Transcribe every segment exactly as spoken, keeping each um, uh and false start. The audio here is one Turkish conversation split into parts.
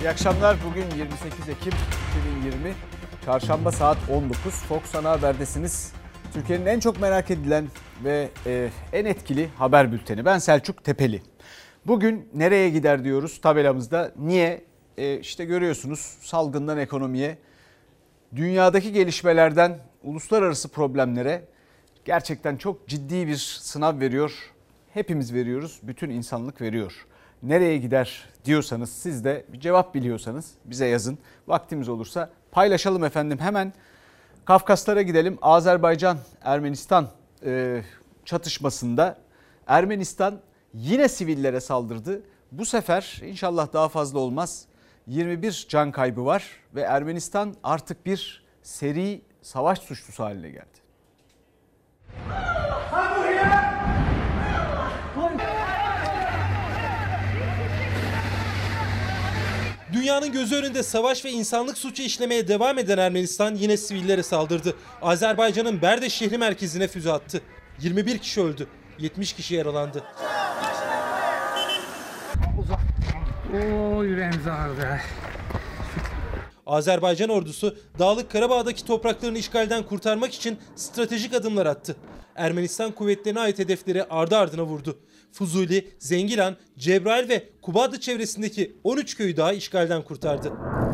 İyi akşamlar. Bugün yirmi sekiz Ekim iki bin yirmi. Çarşamba saat on dokuz. Fox Ana Haber'desiniz. Türkiye'nin en çok merak edilen ve e, en etkili haber bülteni. Ben Selçuk Tepeli. Bugün nereye gider diyoruz tabelamızda. Niye? E, işte görüyorsunuz, salgından ekonomiye, dünyadaki gelişmelerden uluslararası problemlere gerçekten çok ciddi bir sınav veriyor. Hepimiz veriyoruz, bütün insanlık veriyor. Nereye gider diyorsanız, siz de bir cevap biliyorsanız bize yazın. Vaktimiz olursa paylaşalım efendim. Hemen Kafkaslara gidelim. Azerbaycan-Ermenistan e, çatışmasında Ermenistan yine sivillere saldırdı. Bu sefer inşallah daha fazla olmaz. yirmi bir can kaybı var ve Ermenistan artık bir seri savaş suçlusu haline geldi. Dünyanın gözü önünde savaş ve insanlık suçu işlemeye devam eden Ermenistan yine sivillere saldırdı. Azerbaycan'ın Berde şehri merkezine füze attı. yirmi bir kişi öldü, yetmiş kişi yaralandı. Uzak. Oo, yüreğimiz ağrıdı. Azerbaycan ordusu Dağlık Karabağ'daki topraklarını işgalden kurtarmak için stratejik adımlar attı. Ermenistan kuvvetlerine ait hedefleri ardı ardına vurdu. Fuzuli, Zengilan, Cebrail ve Kubadlı çevresindeki on üç köyü daha işgalden kurtardı.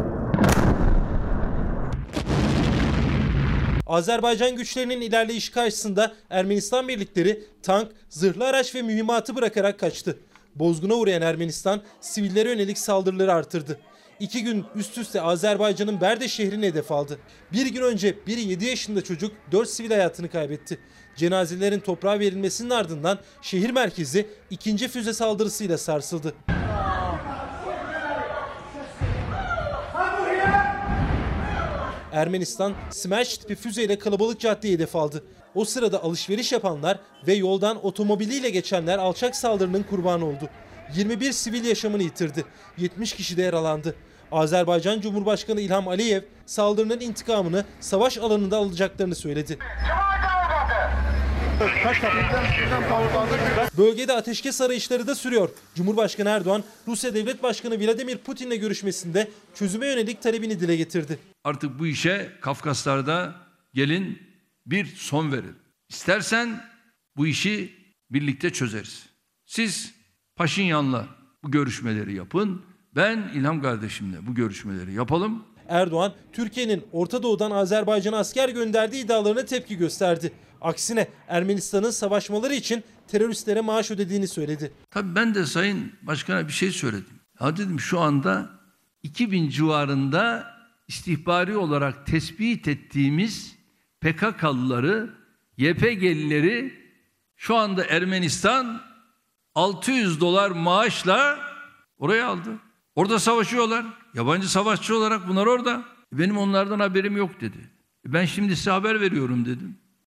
Azerbaycan güçlerinin ilerleyişi karşısında Ermenistan birlikleri tank, zırhlı araç ve mühimmatı bırakarak kaçtı. Bozguna uğrayan Ermenistan sivillere yönelik saldırıları artırdı. İki gün üst üste Azerbaycan'ın Berde şehrini hedef aldı. Bir gün önce biri yedi yaşında çocuk dört sivil hayatını kaybetti. Cenazelerin toprağa verilmesinin ardından şehir merkezi ikinci füze saldırısıyla sarsıldı. Ermenistan Smerç tipi füzeyle kalabalık caddeyi hedef aldı. O sırada alışveriş yapanlar ve yoldan otomobiliyle geçenler alçak saldırının kurbanı oldu. yirmi bir sivil yaşamını yitirdi. yetmiş kişi de yaralandı. Azerbaycan Cumhurbaşkanı İlham Aliyev saldırının intikamını savaş alanında alacaklarını söyledi. Bölgede ateşkes arayışları da sürüyor. Cumhurbaşkanı Erdoğan, Rusya Devlet Başkanı Vladimir Putin'le görüşmesinde çözüme yönelik talebini dile getirdi. Artık bu işe Kafkaslar'da gelin bir son verin. İstersen bu işi birlikte çözeriz. Siz Paşinyan'la bu görüşmeleri yapın. Ben İlham kardeşimle bu görüşmeleri yapalım. Erdoğan, Türkiye'nin Orta Doğu'dan Azerbaycan'a asker gönderdiği iddialarına tepki gösterdi. Aksine Ermenistan'ın savaşmaları için teröristlere maaş ödediğini söyledi. Tabii ben de Sayın Başkan'a bir şey söyledim. Ya dedim, şu anda iki bin civarında istihbari olarak tespit ettiğimiz P K K'lıları, Y P G'lileri şu anda Ermenistan altı yüz dolar maaşla oraya aldı. Orada savaşıyorlar. Yabancı savaşçı olarak bunlar orada. Benim onlardan haberim yok dedi. Ben şimdi size haber veriyorum dedim.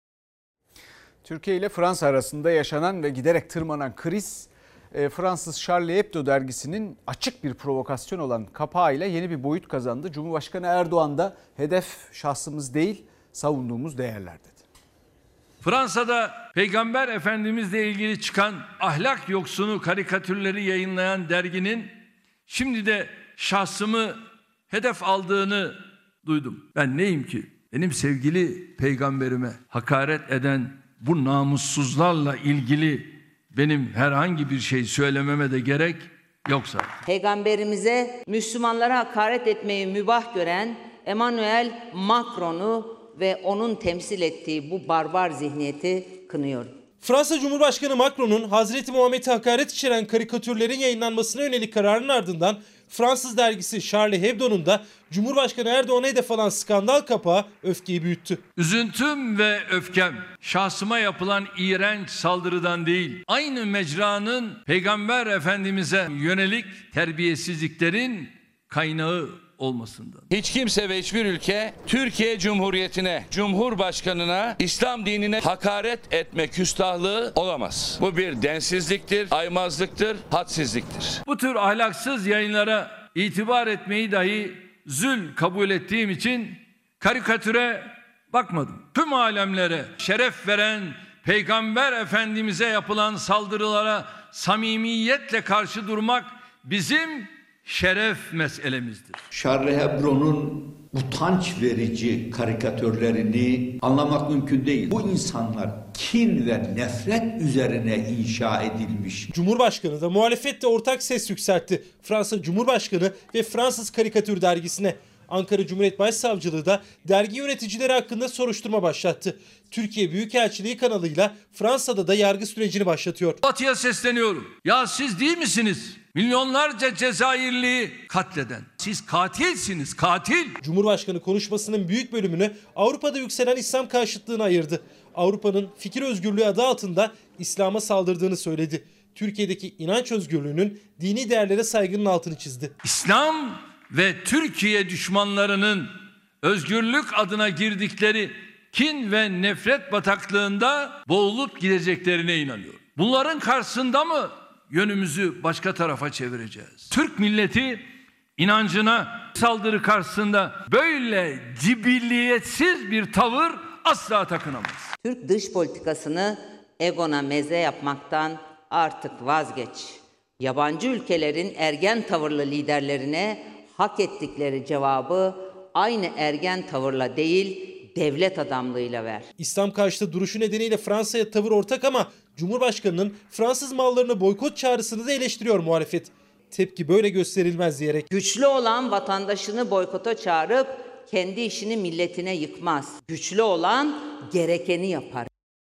Türkiye ile Fransa arasında yaşanan ve giderek tırmanan kriz, Fransız Charlie Hebdo dergisinin açık bir provokasyon olan kapağıyla yeni bir boyut kazandı. Cumhurbaşkanı Erdoğan da hedef şahsımız değil, savunduğumuz değerler dedi. Fransa'da Peygamber Efendimizle ilgili çıkan ahlak yoksunu karikatürleri yayınlayan derginin şimdi de şahsımı hedef aldığını duydum. Ben neyim ki? Benim sevgili peygamberime hakaret eden bu namussuzlarla ilgili benim herhangi bir şey söylememe de gerek yoksa. Peygamberimize Müslümanlara hakaret etmeyi mübah gören Emmanuel Macron'u ve onun temsil ettiği bu barbar zihniyeti kınıyorum. Fransa Cumhurbaşkanı Macron'un Hazreti Muhammed'e hakaret içeren karikatürlerin yayınlanmasına yönelik kararının ardından Fransız dergisi Charlie Hebdo'nun da Cumhurbaşkanı Erdoğan'a hedef alan skandal kapağı öfkeyi büyüttü. Üzüntüm ve öfkem şahsıma yapılan iğrenç saldırıdan değil, aynı mecranın Peygamber Efendimiz'e yönelik terbiyesizliklerin kaynağı olmasından. Hiç kimse ve hiçbir ülke Türkiye Cumhuriyeti'ne, Cumhurbaşkanı'na, İslam dinine hakaret etme küstahlığı olamaz. Bu bir densizliktir, aymazlıktır, hadsizliktir. Bu tür ahlaksız yayınlara itibar etmeyi dahi zül kabul ettiğim için karikatüre bakmadım. Tüm alemlere şeref veren Peygamber Efendimiz'e yapılan saldırılara samimiyetle karşı durmak bizim şeref meselemizdir. Charlie Hebdo'nun utanç verici karikatürlerini anlamak mümkün değil. Bu insanlar kin ve nefret üzerine inşa edilmiş. Cumhurbaşkanı da muhalefet de ortak ses yükseltti. Fransa Cumhurbaşkanı ve Fransız Karikatür Dergisi'ne. Ankara Cumhuriyet Başsavcılığı da dergi yöneticileri hakkında soruşturma başlattı. Türkiye Büyükelçiliği kanalıyla Fransa'da da yargı sürecini başlatıyor. Batı'ya sesleniyorum. Ya siz değil misiniz milyonlarca Cezayirliyi katleden? Siz katilsiniz, katil. Cumhurbaşkanı konuşmasının büyük bölümünü Avrupa'da yükselen İslam karşıtlığına ayırdı. Avrupa'nın fikir özgürlüğü adı altında İslam'a saldırdığını söyledi. Türkiye'deki inanç özgürlüğünün dini değerlere saygının altını çizdi. İslam ve Türkiye düşmanlarının özgürlük adına girdikleri kin ve nefret bataklığında boğulup gideceklerine inanıyorum. Bunların karşısında mı yönümüzü başka tarafa çevireceğiz? Türk milleti inancına saldırı karşısında böyle cibilliyetsiz bir tavır asla takınamaz. Türk dış politikasını egona meze yapmaktan artık vazgeç. Yabancı ülkelerin ergen tavırlı liderlerine hak ettikleri cevabı aynı ergen tavırla değil, devlet adamlığıyla ver. İslam karşıtı duruşu nedeniyle Fransa'ya tavır ortak ama Cumhurbaşkanı'nın Fransız mallarını boykot çağrısını da eleştiriyor muhalefet. Tepki böyle gösterilmez diyerek. Güçlü olan vatandaşını boykota çağırıp kendi işini milletine yıkmaz. Güçlü olan gerekeni yapar.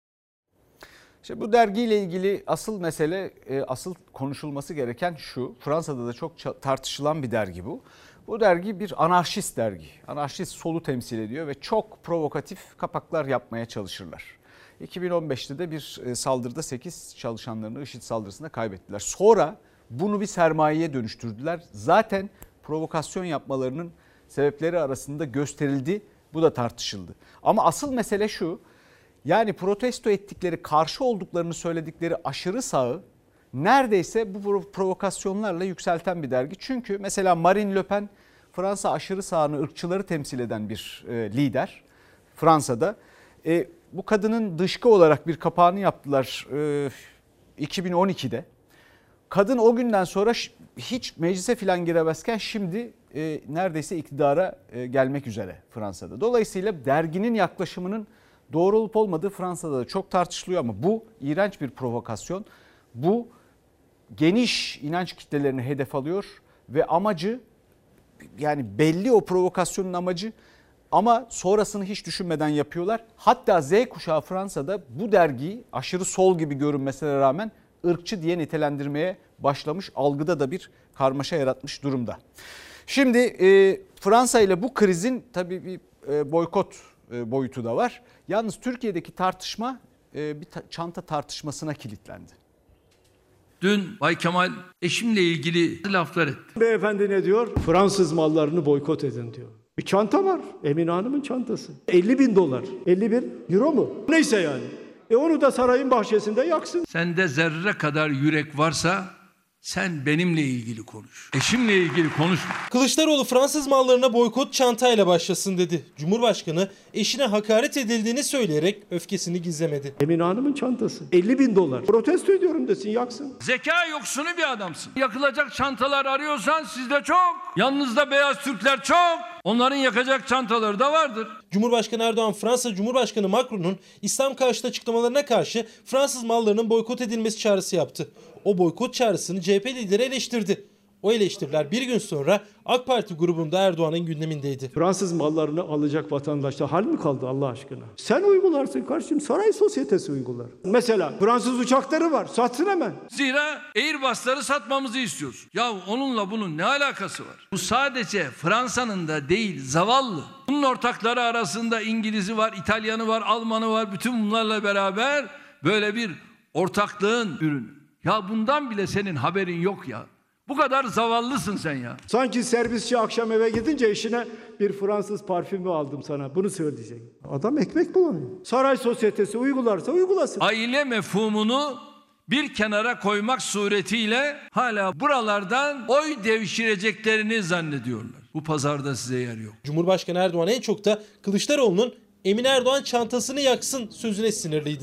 İşte bu dergiyle ilgili asıl mesele, asıl konuşulması gereken şu. Fransa'da da çok tartışılan bir dergi bu. Bu dergi bir anarşist dergi. Anarşist solu temsil ediyor ve çok provokatif kapaklar yapmaya çalışırlar. iki bin on beşte de bir saldırıda sekiz çalışanlarını IŞİD saldırısında kaybettiler. Sonra bunu bir sermayeye dönüştürdüler. Zaten provokasyon yapmalarının sebepleri arasında gösterildi. Bu da tartışıldı. Ama asıl mesele şu. Yani protesto ettikleri, karşı olduklarını söyledikleri aşırı sağı neredeyse bu provokasyonlarla yükselten bir dergi. Çünkü mesela Marine Le Pen Fransa aşırı sağını, ırkçıları temsil eden bir e, lider Fransa'da. E, bu kadının dışkı olarak bir kapağını yaptılar e, iki bin on ikide. Kadın o günden sonra hiç meclise falan giremezken şimdi e, neredeyse iktidara e, gelmek üzere Fransa'da. Dolayısıyla derginin yaklaşımının doğru olup olmadığı Fransa'da da çok tartışılıyor ama bu iğrenç bir provokasyon. Bu geniş inanç kitlelerini hedef alıyor ve amacı, yani belli o provokasyonun amacı, ama sonrasını hiç düşünmeden yapıyorlar. Hatta Z kuşağı Fransa'da bu dergiyi aşırı sol gibi görünmesine rağmen ırkçı diye nitelendirmeye başlamış, algıda da bir karmaşa yaratmış durumda. Şimdi e, Fransa ile bu krizin tabii bir e, boykot e, boyutu da var. Yalnız Türkiye'deki tartışma e, bir ta- çanta tartışmasına kilitlendi. Dün Bay Kemal eşimle ilgili laflar etti. Beyefendi ne diyor? Fransız mallarını boykot edin diyor. Bir çanta var. Emine Hanım'ın çantası. elli bin dolar. elli bin euro mu? Neyse yani. E onu da sarayın bahçesinde yaksın. Sende zerre kadar yürek varsa sen benimle ilgili konuş. Eşimle ilgili konuşma. Kılıçdaroğlu Fransız mallarına boykot çantayla başlasın dedi. Cumhurbaşkanı eşine hakaret edildiğini söyleyerek öfkesini gizlemedi. Emine Hanım'ın çantası. elli bin dolar. Protesto ediyorum desin, yaksın. Zeka yoksunu bir adamsın. Yakılacak çantalar arıyorsan sizde çok. Yanınızda beyaz Türkler çok. Onların yakacak çantaları da vardır. Cumhurbaşkanı Erdoğan, Fransa Cumhurbaşkanı Macron'un İslam karşıtı açıklamalarına karşı Fransız mallarının boykot edilmesi çağrısı yaptı. O boykot çağrısını C H P lideri eleştirdi. O eleştiriler bir gün sonra AK Parti grubunda Erdoğan'ın gündemindeydi. Fransız mallarını alacak vatandaşta hal mi kaldı Allah aşkına? Sen uygularsın kardeşim, saray sosyetesi uygular. Mesela Fransız uçakları var, satsın hemen. Zira Airbus'ları satmamızı istiyorsun. Ya onunla bunun ne alakası var? Bu sadece Fransa'nın da değil, zavallı. Bunun ortakları arasında İngiliz'i var, İtalyan'ı var, Alman'ı var. Bütün bunlarla beraber böyle bir ortaklığın ürünü. Ya bundan bile senin haberin yok ya. Bu kadar zavallısın sen ya. Sanki servisçi akşam eve gidince eşine bir Fransız parfümü aldım sana, bunu söyleyecek. Adam ekmek bulamıyor. Saray sosyetesi uygularsa uygulasın. Aile mefhumunu bir kenara koymak suretiyle hala buralardan oy devşireceklerini zannediyorlar. Bu pazarda size yer yok. Cumhurbaşkanı Erdoğan en çok da Kılıçdaroğlu'nun Emine Erdoğan çantasını yaksın sözüne sinirliydi.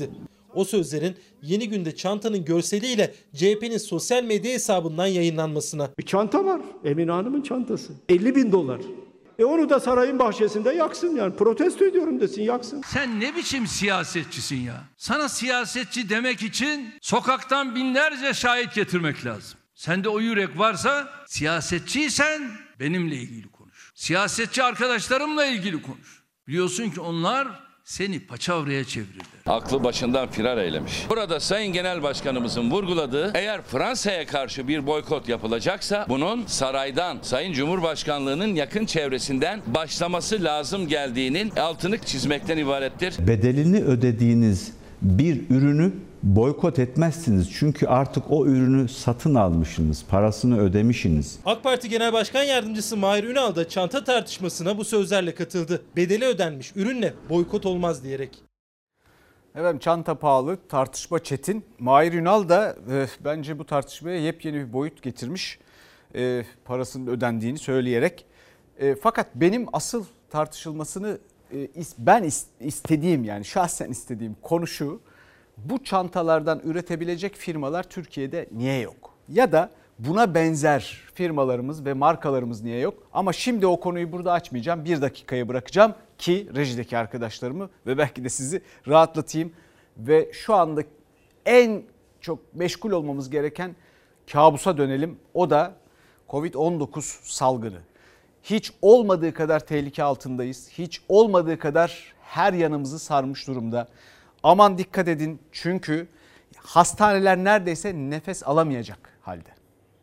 O sözlerin Yeni Gün'de çantanın görseliyle C H P'nin sosyal medya hesabından yayınlanmasına. Bir çanta var. Emine Hanım'ın çantası. elli bin dolar. E onu da sarayın bahçesinde yaksın yani. Protesto ediyorum desin, yaksın. Sen ne biçim siyasetçisin ya? Sana siyasetçi demek için sokaktan binlerce şahit getirmek lazım. Sende o yürek varsa, siyasetçiysen benimle ilgili konuş. Siyasetçi arkadaşlarımla ilgili konuş. Biliyorsun ki onlar seni paçavraya çevirirler. Aklı başından firar eylemiş. Burada Sayın Genel Başkanımızın vurguladığı, eğer Fransa'ya karşı bir boykot yapılacaksa bunun saraydan, Sayın Cumhurbaşkanlığının yakın çevresinden başlaması lazım geldiğinin altını çizmekten ibarettir. Bedelini ödediğiniz bir ürünü boykot etmezsiniz. Çünkü artık o ürünü satın almışsınız, parasını ödemişsiniz. AK Parti Genel Başkan Yardımcısı Mahir Ünal da çanta tartışmasına bu sözlerle katıldı. Bedeli ödenmiş ürünle boykot olmaz diyerek. Evet, çanta pahalı, tartışma çetin. Mahir Ünal da e, bence bu tartışmaya yepyeni bir boyut getirmiş. E, parasının ödendiğini söyleyerek. E, fakat benim asıl tartışılmasını e, ben istediğim, yani şahsen istediğim konu şu: bu çantalardan üretebilecek firmalar Türkiye'de niye yok? Ya da buna benzer firmalarımız ve markalarımız niye yok? Ama şimdi o konuyu burada açmayacağım. Bir dakikaya bırakacağım ki rejideki arkadaşlarımı ve belki de sizi rahatlatayım. Ve şu anda en çok meşgul olmamız gereken kabusa dönelim. O da kovid on dokuz salgını. Hiç olmadığı kadar tehlike altındayız. Hiç olmadığı kadar her yanımızı sarmış durumda. Aman dikkat edin, çünkü hastaneler neredeyse nefes alamayacak halde.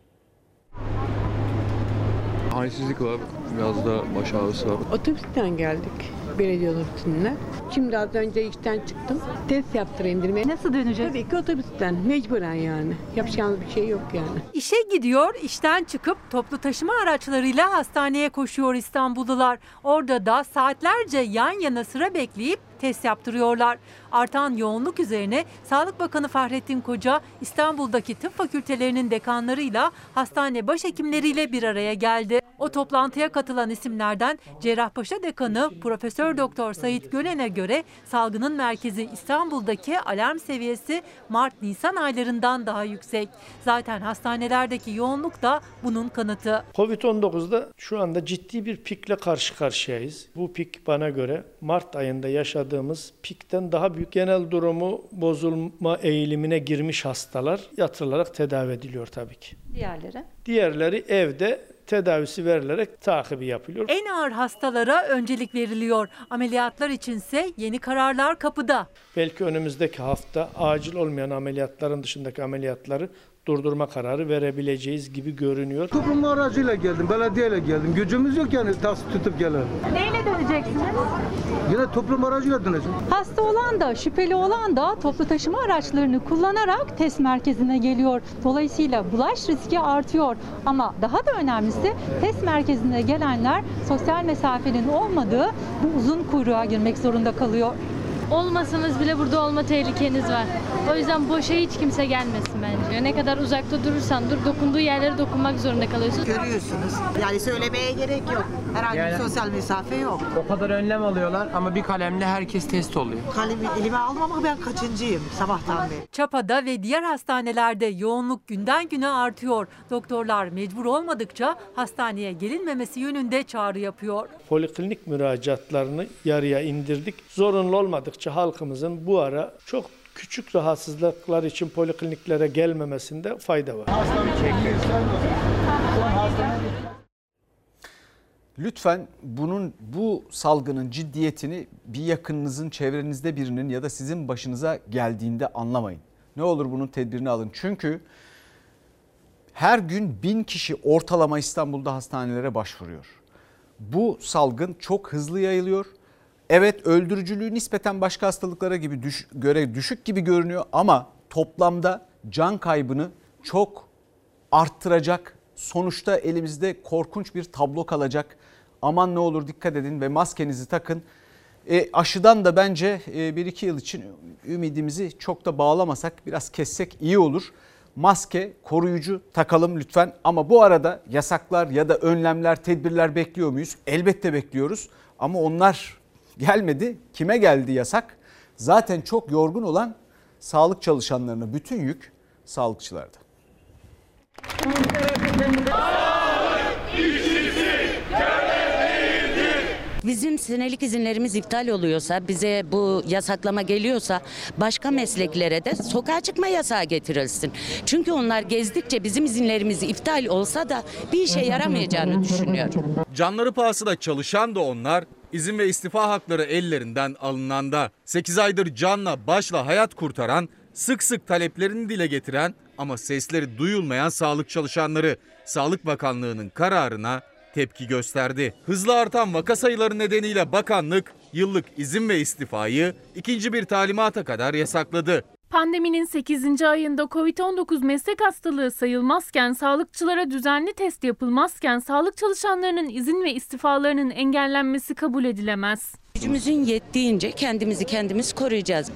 Halsizlik var, biraz da baş ağrısı var. Otobüsten geldik, belediye otobüsüne. Şimdi az önce işten çıktım, test yaptırayım dedim. Nasıl döneceğiz? Tabii ki otobüsten, mecburen yani. Yapacağımız bir şey yok yani. İşe gidiyor, işten çıkıp toplu taşıma araçlarıyla hastaneye koşuyor İstanbullular. Orada da saatlerce yan yana sıra bekleyip test yaptırıyorlar. Artan yoğunluk üzerine Sağlık Bakanı Fahrettin Koca İstanbul'daki tıp fakültelerinin dekanlarıyla hastane başhekimleriyle bir araya geldi. O toplantıya katılan isimlerden Cerrahpaşa Dekanı Profesör Doktor Sait Gölen'e göre salgının merkezi İstanbul'daki alarm seviyesi Mart-Nisan aylarından daha yüksek. Zaten hastanelerdeki yoğunluk da bunun kanıtı. kovid on dokuzda şu anda ciddi bir pikle karşı karşıyayız. Bu pik bana göre Mart ayında yaşadığımız pikten daha büyük. Genel durumu bozulma eğilimine girmiş hastalar yatırılarak tedavi ediliyor tabii ki. Diğerleri? Diğerleri evde tedavisi verilerek takibi yapılıyor. En ağır hastalara öncelik veriliyor. Ameliyatlar içinse yeni kararlar kapıda. Belki önümüzdeki hafta acil olmayan ameliyatların dışındaki ameliyatları durdurma kararı verebileceğiz gibi görünüyor. Toplum aracıyla geldim, belediyeyle geldim. Gücümüz yok yani taksi tutup gelelim. Neyle döneceksiniz? Yine toplum aracıyla döneceğim. Hasta olan da şüpheli olan da toplu taşıma araçlarını kullanarak test merkezine geliyor. Dolayısıyla bulaş riski artıyor. Ama daha da önemlisi test merkezine gelenler sosyal mesafenin olmadığı bu uzun kuyruğa girmek zorunda kalıyor. Olmasanız bile burada olma tehlikeniz var. O yüzden boşa hiç kimse gelmesin bence. Ne kadar uzakta durursan dur, dokunduğu yerlere dokunmak zorunda kalıyorsun. Görüyorsunuz. Yani söylemeye gerek yok. Herhangi yani, bir sosyal mesafe yok. O kadar önlem alıyorlar ama bir kalemle herkes test oluyor. Kalemi elime almam ama ben kaçıncıyım sabahtan beri. Çapa'da ve diğer hastanelerde yoğunluk günden güne artıyor. Doktorlar mecbur olmadıkça hastaneye gelinmemesi yönünde çağrı yapıyor. Poliklinik müracaatlarını yarıya indirdik. Zorunlu olmadıkça halkımızın bu ara çok küçük rahatsızlıklar için polikliniklere gelmemesinde fayda var. Lütfen bunun bu salgının ciddiyetini bir yakınınızın, çevrenizde birinin ya da sizin başınıza geldiğinde anlamayın. Ne olur bunun tedbirini alın. Çünkü her gün bin kişi ortalama İstanbul'da hastanelere başvuruyor. Bu salgın çok hızlı yayılıyor. Evet, öldürücülüğü nispeten başka hastalıklara gibi düş, göre düşük gibi görünüyor ama toplamda can kaybını çok arttıracak. Sonuçta elimizde korkunç bir tablo kalacak. Aman ne olur dikkat edin ve maskenizi takın. E, aşıdan da bence e, bir iki yıl için ümidimizi çok da bağlamasak, biraz kessek iyi olur. Maske, koruyucu takalım lütfen, ama bu arada yasaklar ya da önlemler, tedbirler bekliyor muyuz? Elbette bekliyoruz ama onlar gelmedi. Kime geldi yasak? Zaten çok yorgun olan sağlık çalışanlarına bütün yük sağlıkçılarda. Bizim senelik izinlerimiz iptal oluyorsa, bize bu yasaklama geliyorsa başka mesleklere de sokağa çıkma yasağı getirilsin. Çünkü onlar gezdikçe bizim izinlerimiz iptal olsa da bir işe yaramayacağını düşünüyorum. Canları pahasına çalışan da onlar, izin ve istifa hakları ellerinden alınanda. sekiz aydır canla başla hayat kurtaran, sık sık taleplerini dile getiren ama sesleri duyulmayan sağlık çalışanları Sağlık Bakanlığı'nın kararına tepki gösterdi. Hızla artan vaka sayıları nedeniyle bakanlık yıllık izin ve istifayı ikinci bir talimata kadar yasakladı. Pandeminin sekizinci ayında Covid on dokuz meslek hastalığı sayılmazken, sağlıkçılara düzenli test yapılmazken sağlık çalışanlarının izin ve istifalarının engellenmesi kabul edilemez. Gücümüzün yettiğince kendimizi kendimiz koruyacağız.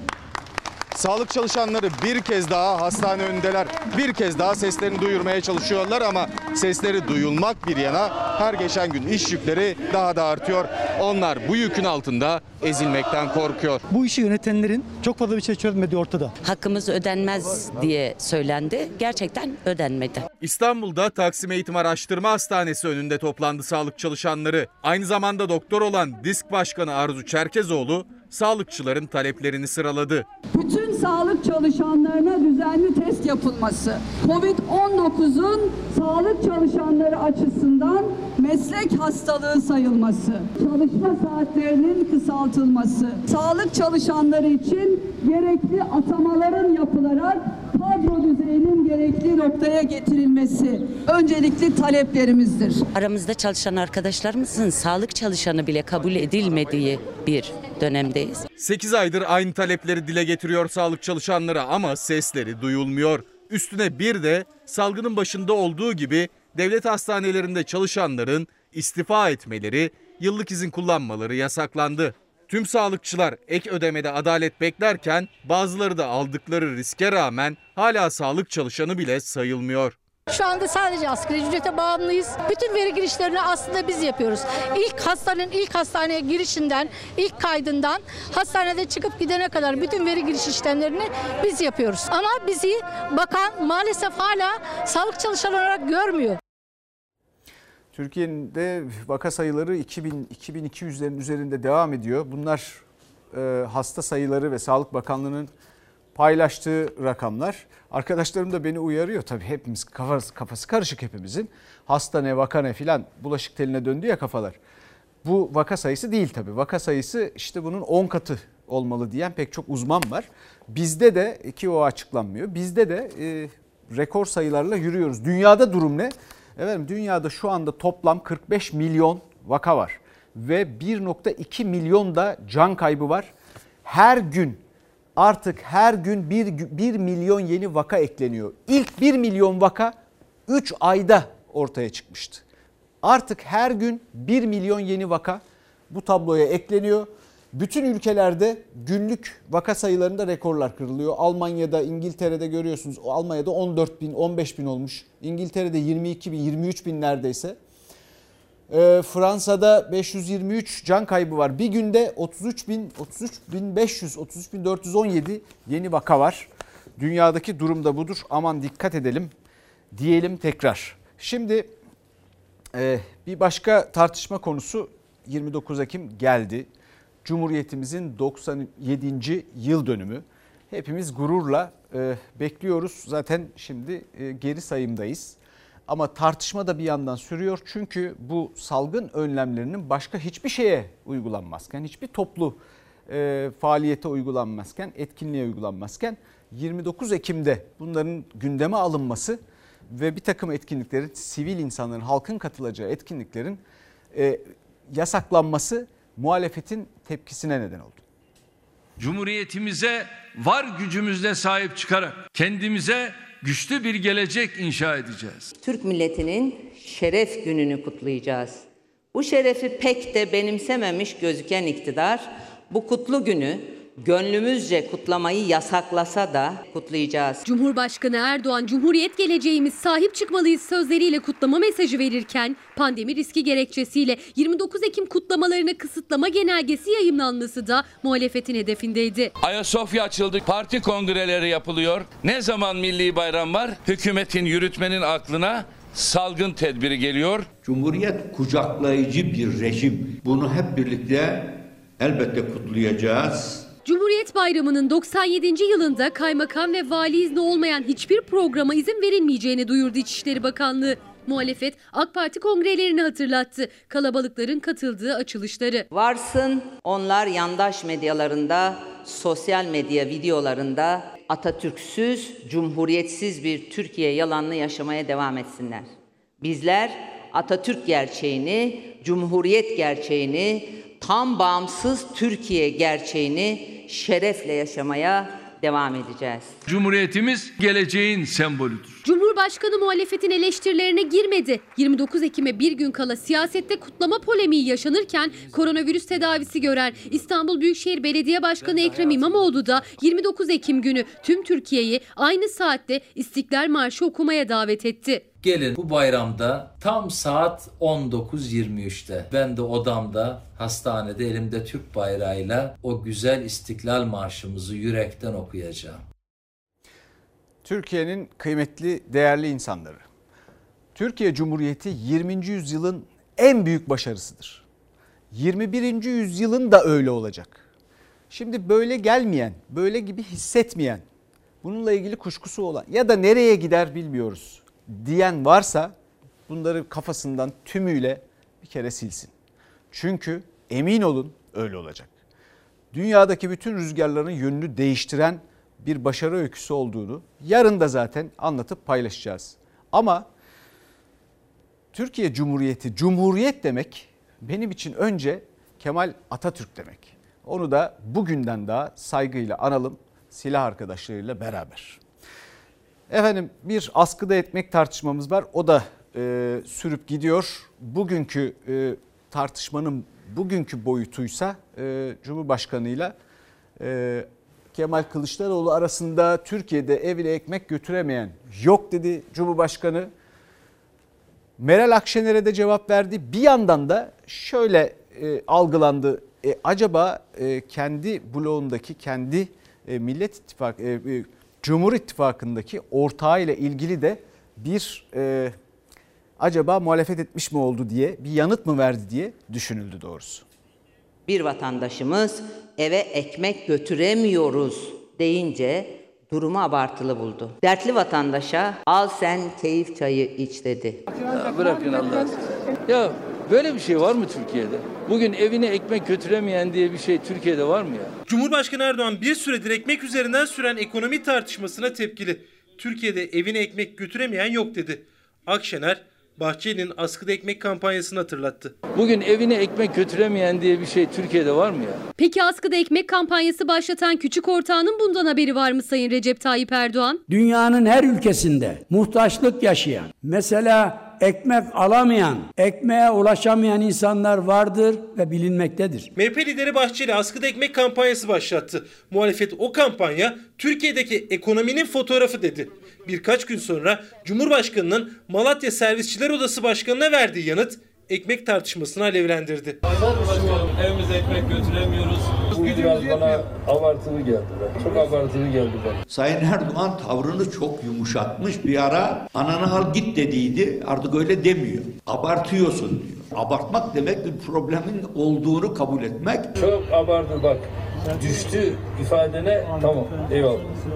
Sağlık çalışanları bir kez daha hastane önündeler. Bir kez daha seslerini duyurmaya çalışıyorlar ama sesleri duyulmak bir yana her geçen gün iş yükleri daha da artıyor. Onlar bu yükün altında ezilmekten korkuyor. Bu işi yönetenlerin çok fazla bir şey çözmediği ortada. Hakkımız ödenmez diye söylendi. Gerçekten ödenmedi. İstanbul'da Taksim Eğitim Araştırma Hastanesi önünde toplandı sağlık çalışanları. Aynı zamanda doktor olan DİSK Başkanı Arzu Çerkezoğlu sağlıkçıların taleplerini sıraladı. Bütün sağlık çalışanlarına düzenli test yapılması, Covid on dokuzun sağlık çalışanları açısından meslek hastalığı sayılması, çalışma saatlerinin kısaltılması, sağlık çalışanları için gerekli atamaların yapılarak kadro düzeyinin gerekli noktaya getirilmesi öncelikli taleplerimizdir. Aramızda çalışan arkadaşlarımızın sağlık çalışanı bile kabul edilmediği bir dönemdeyiz. sekiz aydır aynı talepleri dile getiriyor sağlık çalışanları ama sesleri duyulmuyor. Üstüne bir de salgının başında olduğu gibi devlet hastanelerinde çalışanların istifa etmeleri, yıllık izin kullanmaları yasaklandı. Tüm sağlıkçılar ek ödemede adalet beklerken bazıları da aldıkları riske rağmen hala sağlık çalışanı bile sayılmıyor. Şu anda sadece asgari ücrete bağımlıyız. Bütün veri girişlerini aslında biz yapıyoruz. İlk hastanın ilk hastaneye girişinden, ilk kaydından hastanede çıkıp gidene kadar bütün veri giriş işlemlerini biz yapıyoruz. Ama bizi bakan maalesef hala sağlık çalışanı olarak görmüyor. Türkiye'de vaka sayıları iki bin iki bin iki yüzlerin üzerinde devam ediyor. Bunlar e, hasta sayıları ve Sağlık Bakanlığı'nın paylaştığı rakamlar. Arkadaşlarım da beni uyarıyor tabii, hepimiz kafası, kafası karışık hepimizin. Hasta ne, vaka ne filan, bulaşık teline döndü ya kafalar. Bu vaka sayısı değil tabii. Vaka sayısı işte bunun on katı olmalı diyen pek çok uzman var. Bizde de, ki o açıklanmıyor, bizde de e, rekor sayılarla yürüyoruz. Dünyada durum ne? Efendim, dünyada şu anda toplam kırk beş milyon vaka var ve bir virgül iki milyon da can kaybı var. Her gün artık her gün bir milyon yeni vaka ekleniyor. İlk bir milyon vaka üç ayda ortaya çıkmıştı. Artık her gün bir milyon yeni vaka bu tabloya ekleniyor. Bütün ülkelerde günlük vaka sayılarında rekorlar kırılıyor. Almanya'da, İngiltere'de görüyorsunuz. Almanya'da on dört bin, on beş bin olmuş. İngiltere'de yirmi iki bin, yirmi üç bin neredeyse. Ee, Fransa'da beş yüz yirmi üç can kaybı var. Bir günde otuz üç bin, otuz üç bin beş yüz, otuz üç bin dört yüz on yedi yeni vaka var. Dünyadaki durum da budur. Aman dikkat edelim diyelim tekrar. Şimdi e, bir başka tartışma konusu yirmi dokuz Ekim geldi. Cumhuriyetimizin doksan yedinci yıl dönümü. Hepimiz gururla e, bekliyoruz. Zaten şimdi e, geri sayımdayız. Ama tartışma da bir yandan sürüyor. Çünkü bu salgın önlemlerinin başka hiçbir şeye uygulanmazken, hiçbir toplu e, faaliyete uygulanmazken, etkinliğe uygulanmazken yirmi dokuz Ekim'de bunların gündeme alınması ve bir takım etkinliklerin, sivil insanların, halkın katılacağı etkinliklerin e, yasaklanması muhalefetin tepkisine neden oldu. Cumhuriyetimize var gücümüzle sahip çıkarak kendimize güçlü bir gelecek inşa edeceğiz. Türk milletinin şeref gününü kutlayacağız. Bu şerefi pek de benimsememiş gözüken iktidar bu kutlu günü gönlümüzce kutlamayı yasaklasa da kutlayacağız. Cumhurbaşkanı Erdoğan, Cumhuriyet geleceğimiz, sahip çıkmalıyız sözleriyle kutlama mesajı verirken pandemi riski gerekçesiyle yirmi dokuz Ekim kutlamalarına kısıtlama genelgesi yayımlanması da muhalefetin hedefindeydi. Ayasofya açıldı, parti kongreleri yapılıyor. Ne zaman milli bayram var? Hükümetin, yürütmenin aklına salgın tedbiri geliyor. Cumhuriyet kucaklayıcı bir rejim. Bunu hep birlikte elbette kutlayacağız. Cumhuriyet Bayramı'nın doksan yedinci yılında kaymakam ve vali izni olmayan hiçbir programa izin verilmeyeceğini duyurdu İçişleri Bakanlığı. Muhalefet AK Parti kongrelerini hatırlattı. Kalabalıkların katıldığı açılışları. Varsın onlar yandaş medyalarında, sosyal medya videolarında Atatürk'süz, cumhuriyetsiz bir Türkiye yalanını yaşamaya devam etsinler. Bizler Atatürk gerçeğini, Cumhuriyet gerçeğini, tam bağımsız Türkiye gerçeğini şerefle yaşamaya devam edeceğiz. Cumhuriyetimiz geleceğin sembolüdür. Cumhurbaşkanı muhalefetin eleştirilerine girmedi. yirmi dokuz Ekim'e bir gün kala siyasette kutlama polemiği yaşanırken koronavirüs tedavisi gören İstanbul Büyükşehir Belediye Başkanı Ekrem İmamoğlu da yirmi dokuz Ekim günü tüm Türkiye'yi aynı saatte İstiklal Marşı okumaya davet etti. Gelin bu bayramda tam saat on dokuz yirmi üçte ben de odamda, hastanede elimde Türk bayrağıyla o güzel İstiklal Marşımızı yürekten okuyacağım. Türkiye'nin kıymetli, değerli insanları. Türkiye Cumhuriyeti yirminci yüzyılın en büyük başarısıdır. yirmi birinci yüzyılın da öyle olacak. Şimdi böyle gelmeyen, böyle gibi hissetmeyen, bununla ilgili kuşkusu olan ya da nereye gider bilmiyoruz diyen varsa bunları kafasından tümüyle bir kere silsin. Çünkü emin olun öyle olacak. Dünyadaki bütün rüzgarların yönünü değiştiren bir başarı öyküsü olduğunu yarın da zaten anlatıp paylaşacağız. Ama Türkiye Cumhuriyeti, Cumhuriyet demek benim için önce Kemal Atatürk demek. Onu da bugünden daha saygıyla analım silah arkadaşlarıyla beraber. Efendim bir askıda etmek tartışmamız var. O da e, sürüp gidiyor. Bugünkü e, tartışmanın bugünkü boyutuysa e, Cumhurbaşkanı'yla e, Kemal Kılıçdaroğlu arasında Türkiye'de evine ekmek götüremeyen yok dedi Cumhurbaşkanı. Meral Akşener'e de cevap verdi. Bir yandan da şöyle e, algılandı. E, acaba e, kendi bloğundaki, kendi e, Millet İttifakı, e, e, Cumhur İttifakı'ndaki ortağıyla ilgili de bir e, acaba muhalefet etmiş mi oldu diye bir yanıt mı verdi diye düşünüldü doğrusu. Bir vatandaşımız eve ekmek götüremiyoruz deyince durumu abartılı buldu. Dertli vatandaşa al sen keyif çayı iç dedi. Ya bırakın Allah sizi. Ya böyle bir şey var mı Türkiye'de? Bugün evine ekmek götüremeyen diye bir şey Türkiye'de var mı ya? Cumhurbaşkanı Erdoğan bir süredir ekmek üzerinden süren ekonomi tartışmasına tepkili. Türkiye'de evine ekmek götüremeyen yok dedi. Akşener, Bahçeli'nin askıda ekmek kampanyasını hatırlattı. Bugün evine ekmek götüremeyen diye bir şey Türkiye'de var mı ya? Peki askıda ekmek kampanyası başlatan küçük ortağının bundan haberi var mı Sayın Recep Tayyip Erdoğan? Dünyanın her ülkesinde muhtaçlık yaşayan, mesela ekmek alamayan, ekmeğe ulaşamayan insanlar vardır ve bilinmektedir. M H P lideri Bahçeli askıda ekmek kampanyası başlattı. Muhalefet o kampanya Türkiye'deki ekonominin fotoğrafı dedi. Birkaç gün sonra Cumhurbaşkanı'nın Malatya Servisçiler Odası Başkanı'na verdiği yanıt ekmek tartışmasını alevlendirdi. Evimize ekmek götüremiyoruz. Bu biraz bana abartılı geldi. Çok abartılı geldi bana. Sayın Erdoğan tavrını çok yumuşatmış. Bir ara ananı al git dediydi. Artık öyle demiyor. Abartıyorsun diyor. Abartmak demek bir problemin olduğunu kabul etmek. Çok abartı bak. Düştü ifadene tamam eyvallah.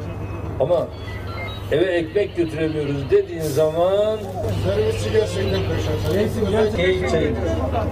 Ama eve ekmek götüremiyoruz dediğin zaman servisçi gerçekten peşin. Çay iç.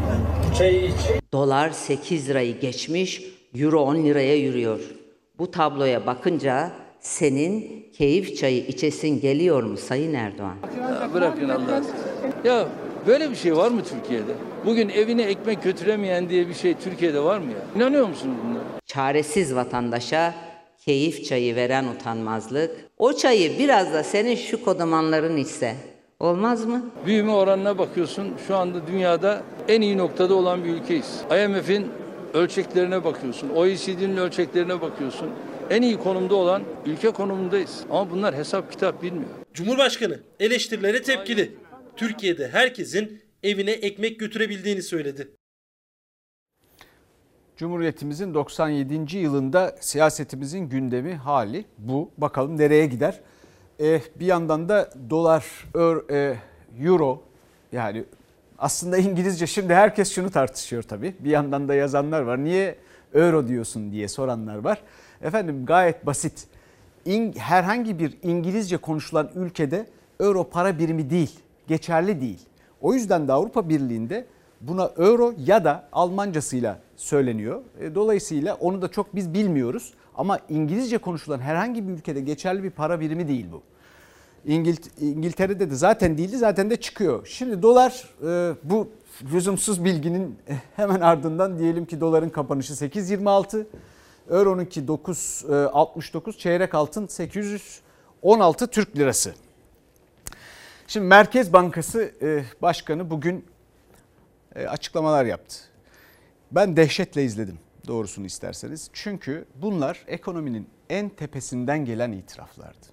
Çay iç. Dolar sekiz lirayı geçmiş, euro on liraya yürüyor. Bu tabloya bakınca senin keyif çayı içesin geliyor mu Sayın Erdoğan? Ya bırakın Allah sizi. Ya böyle bir şey var mı Türkiye'de? Bugün evine ekmek götüremeyen diye bir şey Türkiye'de var mı ya? İnanıyor musunuz bunlara? Çaresiz vatandaşa keyif çayı veren utanmazlık. O çayı biraz da senin şu kodamanların içse olmaz mı? Büyüme oranına bakıyorsun, şu anda dünyada en iyi noktada olan bir ülkeyiz. I M F'in ölçeklerine bakıyorsun, O E C D'nin ölçeklerine bakıyorsun. En iyi konumda olan ülke konumundayız. Ama bunlar hesap kitap bilmiyor. Cumhurbaşkanı eleştirilere tepkili. Türkiye'de herkesin evine ekmek götürebildiğini söyledi. Cumhuriyetimizin doksan yedinci yılında siyasetimizin gündemi hali bu. Bakalım nereye gider? Ee, bir yandan da dolar, euro, yani aslında İngilizce, şimdi herkes şunu tartışıyor tabii. Bir yandan da yazanlar var. Niye euro diyorsun diye soranlar var. Efendim gayet basit. İng, herhangi bir İngilizce konuşulan ülkede euro para birimi değil, geçerli değil. O yüzden de Avrupa Birliği'nde buna euro ya da Almancasıyla söyleniyor. Dolayısıyla onu da çok biz bilmiyoruz. Ama İngilizce konuşulan herhangi bir ülkede geçerli bir para birimi değil bu. İngilt- İngiltere'de de zaten değildi, zaten de çıkıyor. Şimdi dolar, bu lüzumsuz bilginin hemen ardından diyelim ki doların kapanışı sekiz yirmi altı, euronunki dokuz altmış dokuz, çeyrek altın sekiz yüz on altı Türk lirası. Şimdi Merkez Bankası Başkanı bugün açıklamalar yaptı. Ben dehşetle izledim doğrusunu isterseniz. Çünkü bunlar ekonominin en tepesinden gelen itiraflardı.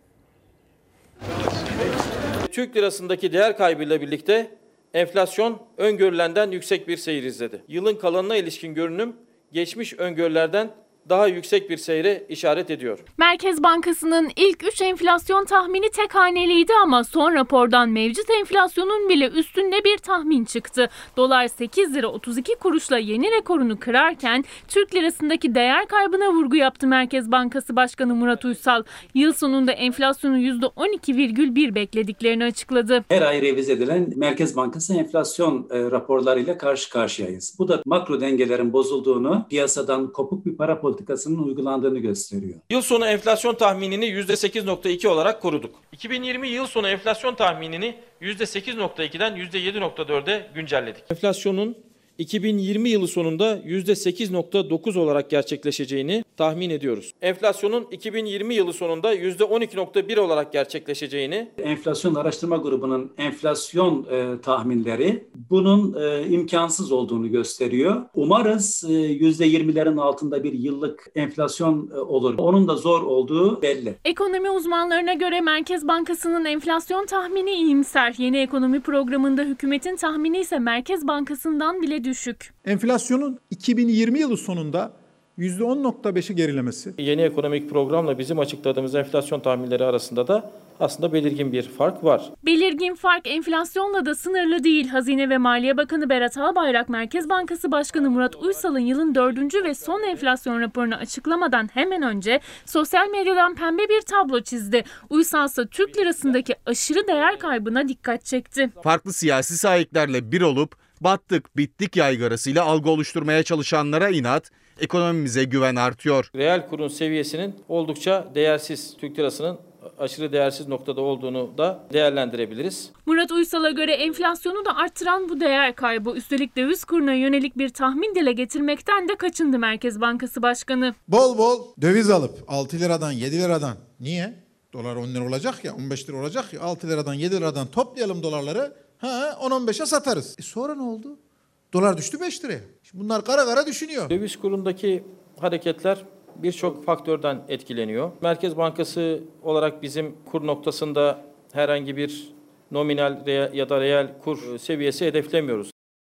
Türk lirasındaki değer kaybıyla birlikte enflasyon öngörülenden yüksek bir seyir izledi. Yılın kalanına ilişkin görünüm geçmiş öngörülerden daha yüksek bir seyre işaret ediyor. Merkez Bankası'nın ilk üç enflasyon tahmini tek haneliydi ama son rapordan mevcut enflasyonun bile üstünde bir tahmin çıktı. Dolar sekiz lira otuz iki kuruşla yeni rekorunu kırarken Türk lirasındaki değer kaybına vurgu yaptı Merkez Bankası Başkanı Murat Uysal. Yıl sonunda enflasyonu yüzde on iki virgül bir beklediklerini açıkladı. Her ay revize edilen Merkez Bankası enflasyon e, raporlarıyla karşı karşıyayız. Bu da makro dengelerin bozulduğunu, piyasadan kopuk bir para politikasının uygulandığını gösteriyor. Yıl sonu enflasyon tahminini yüzde sekiz nokta iki olarak koruduk. iki bin yirmi yıl sonu enflasyon tahminini yüzde sekiz nokta ikiden yüzde yedi nokta dörde güncelledik. Enflasyonun iki bin yirmi yılı sonunda yüzde sekiz nokta dokuz olarak gerçekleşeceğini tahmin ediyoruz. Enflasyonun iki bin yirmi yılı sonunda yüzde on iki nokta bir olarak gerçekleşeceğini. Enflasyon Araştırma Grubu'nun enflasyon e, tahminleri bunun e, imkansız olduğunu gösteriyor. Umarız e, yüzde yirmilerin altında bir yıllık enflasyon e, olur. Onun da zor olduğu belli. Ekonomi uzmanlarına göre Merkez Bankası'nın enflasyon tahmini iyimser. Yeni ekonomi programında hükümetin tahmini ise Merkez Bankası'ndan bile düşük. Enflasyonun iki bin yirmi yılı sonunda yüzde on nokta beşi gerilemesi. Yeni ekonomik programla bizim açıkladığımız enflasyon tahminleri arasında da aslında belirgin bir fark var. Belirgin fark enflasyonla da sınırlı değil. Hazine ve Maliye Bakanı Berat Albayrak, Merkez Bankası Başkanı Murat Uysal'ın yılın dördüncü ve son enflasyon raporunu açıklamadan hemen önce sosyal medyadan pembe bir tablo çizdi. Uysal ise Türk lirasındaki aşırı değer kaybına dikkat çekti. Farklı siyasi sahiplerle bir olup battık bittik yaygarasıyla algı oluşturmaya çalışanlara inat, ekonomimize güven artıyor. Reel kurun seviyesinin oldukça değersiz, Türk lirasının aşırı değersiz noktada olduğunu da değerlendirebiliriz. Murat Uysal'a göre enflasyonu da arttıran bu değer kaybı. Üstelik döviz kuruna yönelik bir tahmin dile getirmekten de kaçındı Merkez Bankası Başkanı. Bol bol döviz alıp altı liradan yedi liradan, niye? Dolar on lira olacak ya, on beş lira olacak ya, altı liradan yedi liradan toplayalım dolarları. Ha, on on beşe satarız. E sonra ne oldu? Dolar düştü beş liraya. Şimdi bunlar kara kara düşünüyor. Döviz kurundaki hareketler birçok faktörden etkileniyor. Merkez Bankası olarak bizim kur noktasında herhangi bir nominal ya da reel kur seviyesi hedeflemiyoruz.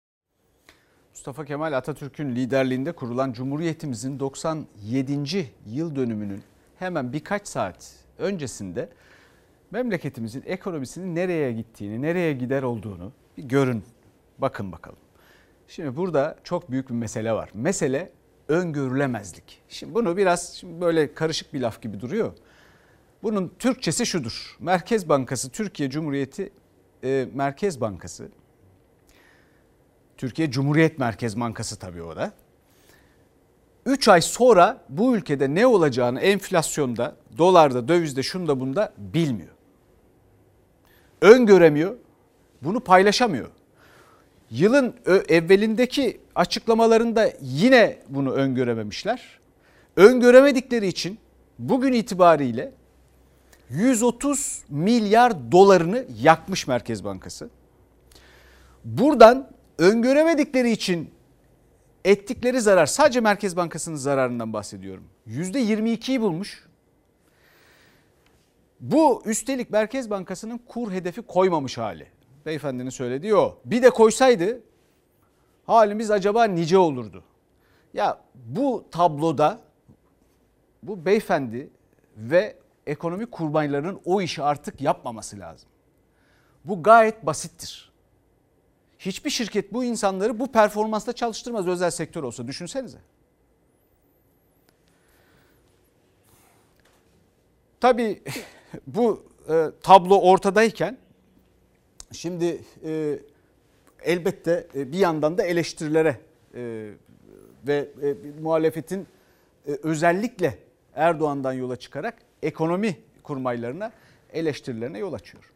Mustafa Kemal Atatürk'ün liderliğinde kurulan Cumhuriyetimizin doksan yedinci yıl dönümünün hemen birkaç saat öncesinde memleketimizin ekonomisinin nereye gittiğini, nereye gider olduğunu bir görün, bakın bakalım. Şimdi burada çok büyük bir mesele var. Mesele öngörülemezlik. Şimdi bunu biraz şimdi böyle karışık bir laf gibi duruyor. Bunun Türkçesi şudur. Merkez Bankası, Türkiye Cumhuriyeti e, Merkez Bankası, Türkiye Cumhuriyet Merkez Bankası tabii o da. üç ay sonra bu ülkede ne olacağını enflasyonda, dolarda, dövizde, şunda bunda bilmiyor. Öngöremiyor, bunu paylaşamıyor. Yılın evvelindeki açıklamalarında yine bunu öngörememişler. Öngöremedikleri için bugün itibariyle yüz otuz milyar dolarını yakmış Merkez Bankası. Buradan öngöremedikleri için ettikleri zarar, sadece Merkez Bankası'nın zararından bahsediyorum, yüzde yirmi ikiyi bulmuş. Bu üstelik Merkez Bankası'nın kur hedefi koymamış hali. Beyefendinin söylediği o. Bir de koysaydı halimiz acaba nice olurdu? Ya bu tabloda bu beyefendi ve ekonomi kurmaylarının o işi artık yapmaması lazım. Bu gayet basittir. Hiçbir şirket bu insanları bu performansla çalıştırmaz, özel sektör olsa, düşünsenize. Tabii bu e, tablo ortadayken şimdi e, elbette e, bir yandan da eleştirilere e, ve e, muhalefetin e, özellikle Erdoğan'dan yola çıkarak ekonomi kurmaylarına, eleştirilerine yol açıyor.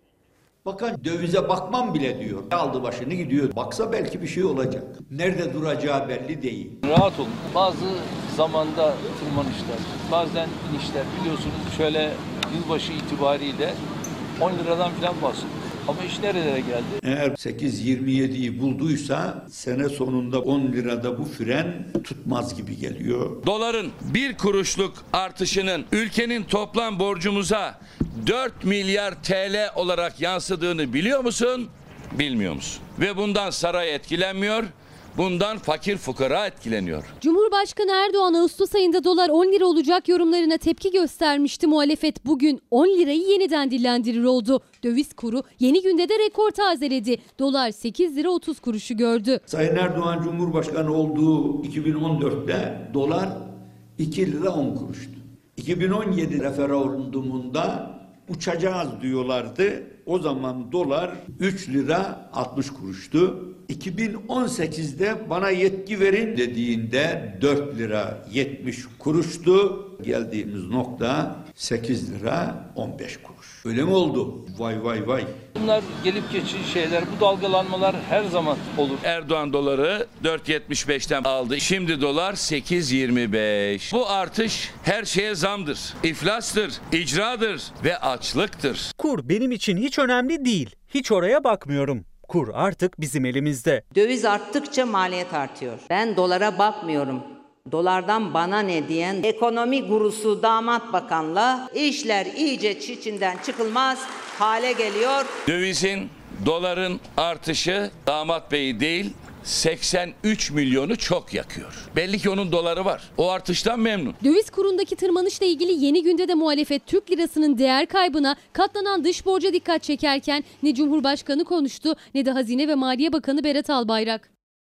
Bakan dövize bakmam bile diyor. Aldı başını gidiyor. Baksa belki bir şey olacak. Nerede duracağı belli değil. Rahat olun. Bazı zamanda tırmanışlar, bazen inişler, biliyorsunuz şöyle yılbaşı itibariyle on liradan falan bahsediyor. Ama iş nerelere geldi? Eğer sekiz yirmi yediyi bulduysa sene sonunda on lirada bu fren tutmaz gibi geliyor. Doların bir kuruşluk artışının ülkenin toplam borcumuza dört milyar T L olarak yansıdığını biliyor musun? Bilmiyor musun? Ve bundan saray etkilenmiyor. Bundan fakir fukara etkileniyor. Cumhurbaşkanı Erdoğan Ağustos ayında dolar on lira olacak yorumlarına tepki göstermişti. Muhalefet bugün on lirayı yeniden dillendirir oldu. Döviz kuru yeni günde de rekor tazeledi. Dolar sekiz lira otuz kuruşu gördü. Sayın Erdoğan Cumhurbaşkanı olduğu iki bin on dörtte dolar iki lira on kuruştu. iki bin on yedi referandumunda uçacağız diyorlardı. O zaman dolar üç lira altmış kuruştu. iki bin on sekizde bana yetki verin dediğinde dört lira yetmiş kuruştu. Geldiğimiz nokta sekiz lira on beş kuruş. Öyle mi oldu? Vay vay vay. Bunlar gelip geçici şeyler. Bu dalgalanmalar her zaman olur. Erdoğan doları dört yetmiş beşten aldı. Şimdi dolar sekiz yirmi beş. Bu artış her şeye zamdır. İflastır, icradır ve açlıktır. Kur benim için hiç önemli değil. Hiç oraya bakmıyorum. Kur artık bizim elimizde. Döviz arttıkça maliyet artıyor. Ben dolara bakmıyorum. Dolardan bana ne diyen ekonomi gurusu damat bakanla işler iyice çiçinden çıkılmaz hale geliyor. Dövizin, doların artışı damat beyi değil, seksen üç milyonu çok yakıyor. Belli ki onun doları var. O artıştan memnun. Döviz kurundaki tırmanışla ilgili yeni günde de muhalefet Türk lirasının değer kaybına, katlanan dış borca dikkat çekerken ne Cumhurbaşkanı konuştu ne de Hazine ve Maliye Bakanı Berat Albayrak.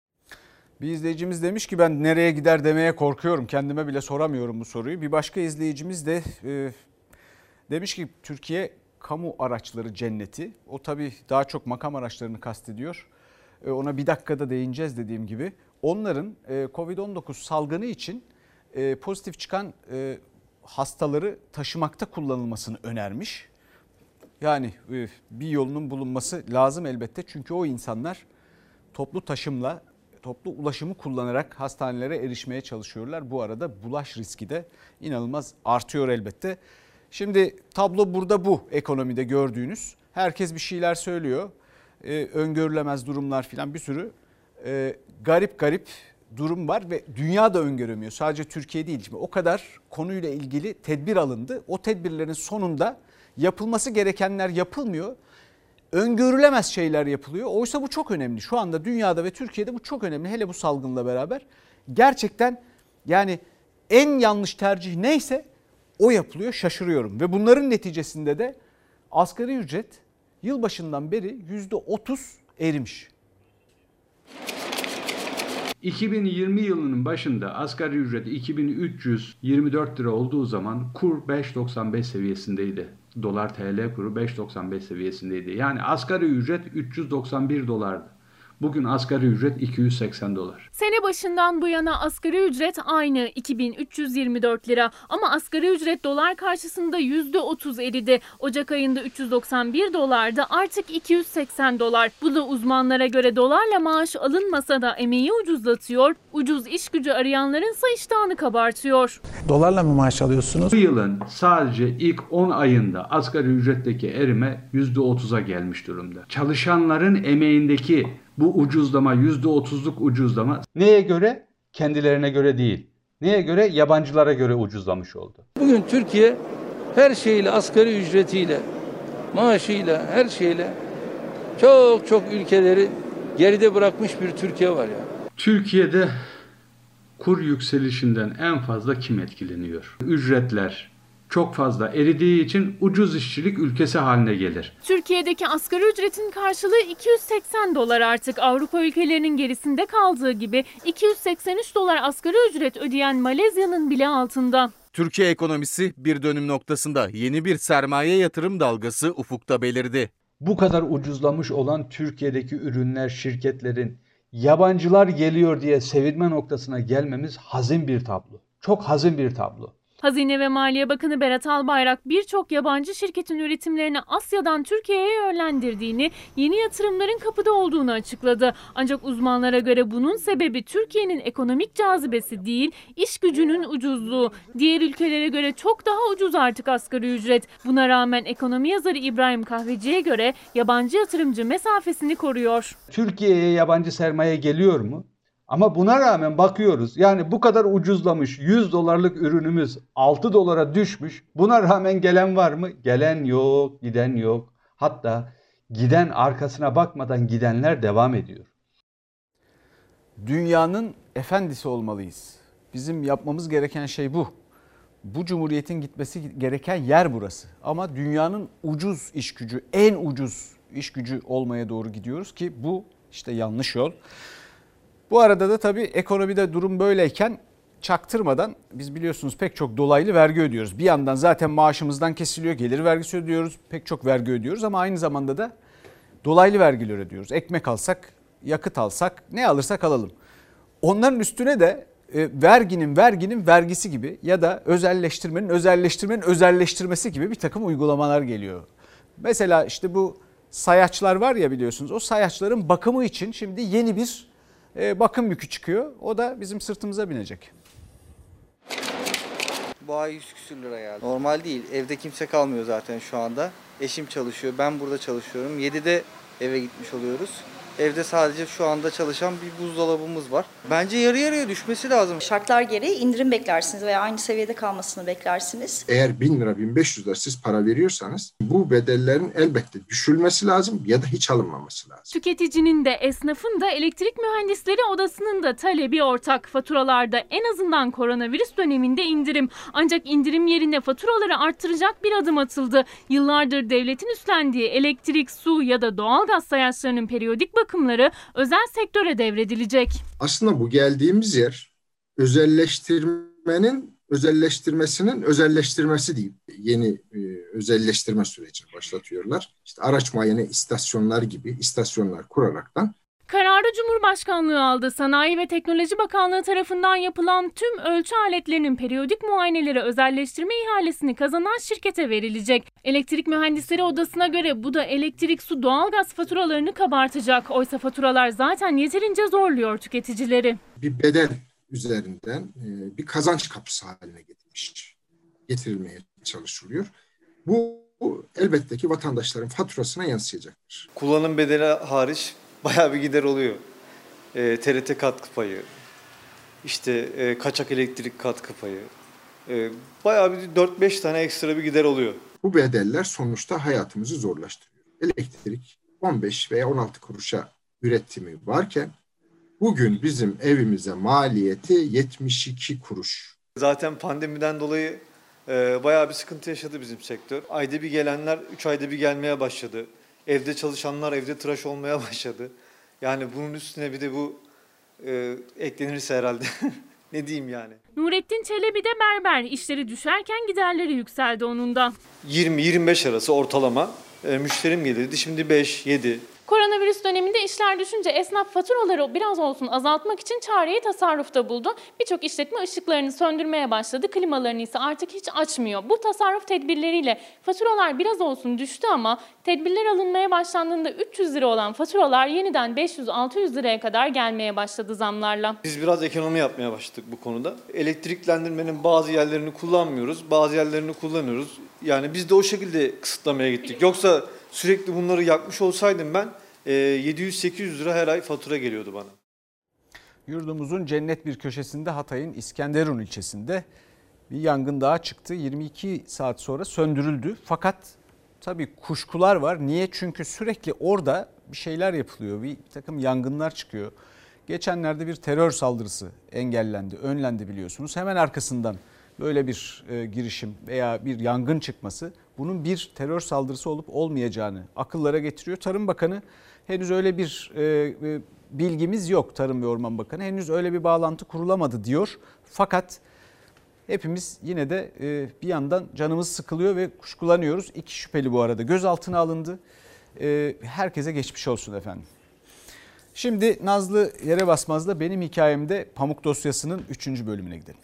Bir izleyicimiz demiş ki ben nereye gider demeye korkuyorum. Kendime bile soramıyorum bu soruyu. Bir başka izleyicimiz de e, demiş ki Türkiye kamu araçları cenneti. O tabii daha çok makam araçlarını kastediyor. E, ona bir dakikada değineceğiz dediğim gibi. Onların e, kovid on dokuz salgını için e, pozitif çıkan e, hastaları taşımakta kullanılmasını önermiş. Yani e, bir yolunun bulunması lazım elbette. Çünkü o insanlar toplu taşımla, toplu ulaşımı kullanarak hastanelere erişmeye çalışıyorlar. Bu arada bulaş riski de inanılmaz artıyor elbette. Şimdi tablo burada bu ekonomide gördüğünüz. Herkes bir şeyler söylüyor. Ee, öngörülemez durumlar filan bir sürü e, garip garip durum var ve dünya da öngöremiyor. Sadece Türkiye değil. Şimdi o kadar konuyla ilgili tedbir alındı. O tedbirlerin sonunda yapılması gerekenler yapılmıyor. Öngörülemez şeyler yapılıyor. Oysa bu çok önemli. Şu anda dünyada ve Türkiye'de bu çok önemli. Hele bu salgınla beraber gerçekten yani en yanlış tercih neyse o yapılıyor. Şaşırıyorum. Ve bunların neticesinde de asgari ücret yılbaşından beri yüzde otuz erimiş. iki bin yirmi yılının başında asgari ücret iki bin üç yüz yirmi dört lira olduğu zaman kur beş virgül doksan beş seviyesindeydi. Dolar T L kuru beş virgül doksan beş seviyesindeydi. Yani asgari ücret üç yüz doksan bir dolardı. Bugün asgari ücret iki yüz seksen dolar. Sene başından bu yana asgari ücret aynı iki bin üç yüz yirmi dört lira ama asgari ücret dolar karşısında yüzde otuz eridi. Ocak ayında üç yüz doksan bir dolardı, artık iki yüz seksen dolar. Bu da uzmanlara göre dolarla maaş alınmasa da emeği ucuzlatıyor, ucuz iş gücü arayanların ise iştahını kabartıyor. Dolarla mı maaş alıyorsunuz? Bu yılın sadece ilk on ayında asgari ücretteki erime yüzde otuza gelmiş durumda. Çalışanların emeğindeki Bu ucuzlama, yüzde otuzluk ucuzlama neye göre? Kendilerine göre değil. Neye göre? Yabancılara göre ucuzlamış oldu. Bugün Türkiye her şeyle, asgari ücretiyle, maaşıyla, her şeyle çok çok ülkeleri geride bırakmış bir Türkiye var ya. Türkiye'de kur yükselişinden en fazla kim etkileniyor? Ücretler çok fazla eridiği için ucuz işçilik ülkesi haline gelir. Türkiye'deki asgari ücretin karşılığı iki yüz seksen dolar artık. Avrupa ülkelerinin gerisinde kaldığı gibi iki yüz seksen üç dolar asgari ücret ödeyen Malezya'nın bile altında. Türkiye ekonomisi bir dönüm noktasında, yeni bir sermaye yatırım dalgası ufukta belirdi. Bu kadar ucuzlamış olan Türkiye'deki ürünler, şirketlerin yabancılar geliyor diye sevinme noktasına gelmemiz hazin bir tablo. Çok hazin bir tablo. Hazine ve Maliye Bakanı Berat Albayrak birçok yabancı şirketin üretimlerini Asya'dan Türkiye'ye yönlendirdiğini, yeni yatırımların kapıda olduğunu açıkladı. Ancak uzmanlara göre bunun sebebi Türkiye'nin ekonomik cazibesi değil, iş gücünün ucuzluğu. Diğer ülkelere göre çok daha ucuz artık asgari ücret. Buna rağmen ekonomi yazarı İbrahim Kahveci'ye göre yabancı yatırımcı mesafesini koruyor. Türkiye'ye yabancı sermaye geliyor mu? Ama buna rağmen bakıyoruz, yani bu kadar ucuzlamış, yüz dolarlık ürünümüz altı dolara düşmüş. Buna rağmen gelen var mı? Gelen yok, giden yok. Hatta giden, arkasına bakmadan gidenler devam ediyor. Dünyanın efendisi olmalıyız. Bizim yapmamız gereken şey bu. Bu cumhuriyetin gitmesi gereken yer burası. Ama dünyanın ucuz iş gücü, en ucuz iş gücü olmaya doğru gidiyoruz ki bu işte yanlış yol. Bu arada da tabii ekonomide durum böyleyken çaktırmadan biz biliyorsunuz pek çok dolaylı vergi ödüyoruz. Bir yandan zaten maaşımızdan kesiliyor, gelir vergisi ödüyoruz, pek çok vergi ödüyoruz ama aynı zamanda da dolaylı vergiler ödüyoruz. Ekmek alsak, yakıt alsak, ne alırsak alalım. Onların üstüne de e, verginin verginin vergisi gibi ya da özelleştirmenin özelleştirmenin özelleştirmesi gibi bir takım uygulamalar geliyor. Mesela işte bu sayaçlar var ya, biliyorsunuz, o sayaçların bakımı için şimdi yeni bir bakım yükü çıkıyor. O da bizim sırtımıza binecek. Bu ay yüz küsür lira geldi. Normal değil. Evde kimse kalmıyor zaten şu anda. Eşim çalışıyor. Ben burada çalışıyorum. yedide eve gitmiş oluyoruz. Evde sadece şu anda çalışan bir buzdolabımız var. Bence yarı yarıya düşmesi lazım. Şartlar gereği indirim beklersiniz veya aynı seviyede kalmasını beklersiniz. Eğer bin lira, bin beş yüz lira siz para veriyorsanız bu bedellerin elbette düşülmesi lazım ya da hiç alınmaması lazım. Tüketicinin de esnafın da elektrik mühendisleri odasının da talebi ortak. Faturalarda en azından koronavirüs döneminde indirim. Ancak indirim yerine faturaları arttıracak bir adım atıldı. Yıllardır devletin üstlendiği elektrik, su ya da doğalgaz sayaçlarının periyodik bakımları özel sektöre devredilecek. Aslında bu geldiğimiz yer özelleştirmenin özelleştirmesinin özelleştirmesi değil. Yeni e, özelleştirme sürecini başlatıyorlar. İşte araç muayene istasyonlar gibi istasyonlar kuraraktan. Kararı Cumhurbaşkanlığı aldı. Sanayi ve Teknoloji Bakanlığı tarafından yapılan tüm ölçü aletlerinin periyodik muayeneleri özelleştirme ihalesini kazanan şirkete verilecek. Elektrik Mühendisleri Odası'na göre bu da elektrik, su, doğalgaz faturalarını kabartacak. Oysa faturalar zaten yeterince zorluyor tüketicileri. Bir bedel üzerinden bir kazanç kapısı haline getirmiş, getirilmeye çalışılıyor. Bu, bu elbette ki vatandaşların faturasına yansıyacaktır. Kullanım bedeli hariç bayağı bir gider oluyor. E, T R T katkı payı, işte e, kaçak elektrik katkı payı, e, bayağı bir dört beş tane ekstra bir gider oluyor. Bu bedeller sonuçta hayatımızı zorlaştırıyor. Elektrik on beş veya on altı kuruşa üretimi varken bugün bizim evimize maliyeti yetmiş iki kuruş. Zaten pandemiden dolayı e, bayağı bir sıkıntı yaşadı bizim sektör. Ayda bir gelenler üç ayda bir gelmeye başladı. Evde çalışanlar evde tıraş olmaya başladı. Yani bunun üstüne bir de bu e, eklenirse herhalde ne diyeyim yani. Nurettin Çelebi de berber. İşleri düşerken giderleri yükseldi onun da. yirmi yirmi beş arası ortalama e, müşterim gelirdi. Şimdi beş yedi. Koronavirüs döneminde işler düşünce esnaf faturaları biraz olsun azaltmak için çareyi tasarrufta buldu. Birçok işletme ışıklarını söndürmeye başladı, klimalarını ise artık hiç açmıyor. Bu tasarruf tedbirleriyle faturalar biraz olsun düştü ama tedbirler alınmaya başlandığında üç yüz lira olan faturalar yeniden beş yüz altı yüz liraya kadar gelmeye başladı zamlarla. Biz biraz ekonomi yapmaya başladık bu konuda. Elektriklendirmenin bazı yerlerini kullanmıyoruz, bazı yerlerini kullanıyoruz. Yani biz de o şekilde kısıtlamaya gittik. Yoksa sürekli bunları yakmış olsaydım ben e, yedi yüz sekiz yüz lira her ay fatura geliyordu bana. Yurdumuzun cennet bir köşesinde Hatay'ın İskenderun ilçesinde bir yangın daha çıktı. yirmi iki saat sonra söndürüldü. Fakat tabii kuşkular var. Niye? Çünkü sürekli orada bir şeyler yapılıyor. Bir takım yangınlar çıkıyor. Geçenlerde bir terör saldırısı engellendi, önlendi biliyorsunuz. Hemen arkasından böyle bir e, girişim veya bir yangın çıkması bunun bir terör saldırısı olup olmayacağını akıllara getiriyor. Tarım Bakanı henüz öyle bir e, e, bilgimiz yok. Tarım ve Orman Bakanı henüz öyle bir bağlantı kurulamadı diyor. Fakat hepimiz yine de e, bir yandan canımız sıkılıyor ve kuşkulanıyoruz. İki şüpheli bu arada gözaltına alındı. E, herkese geçmiş olsun efendim. Şimdi Nazlı Yere Basmaz'la benim hikayemde Pamuk dosyasının üçüncü bölümüne gidelim.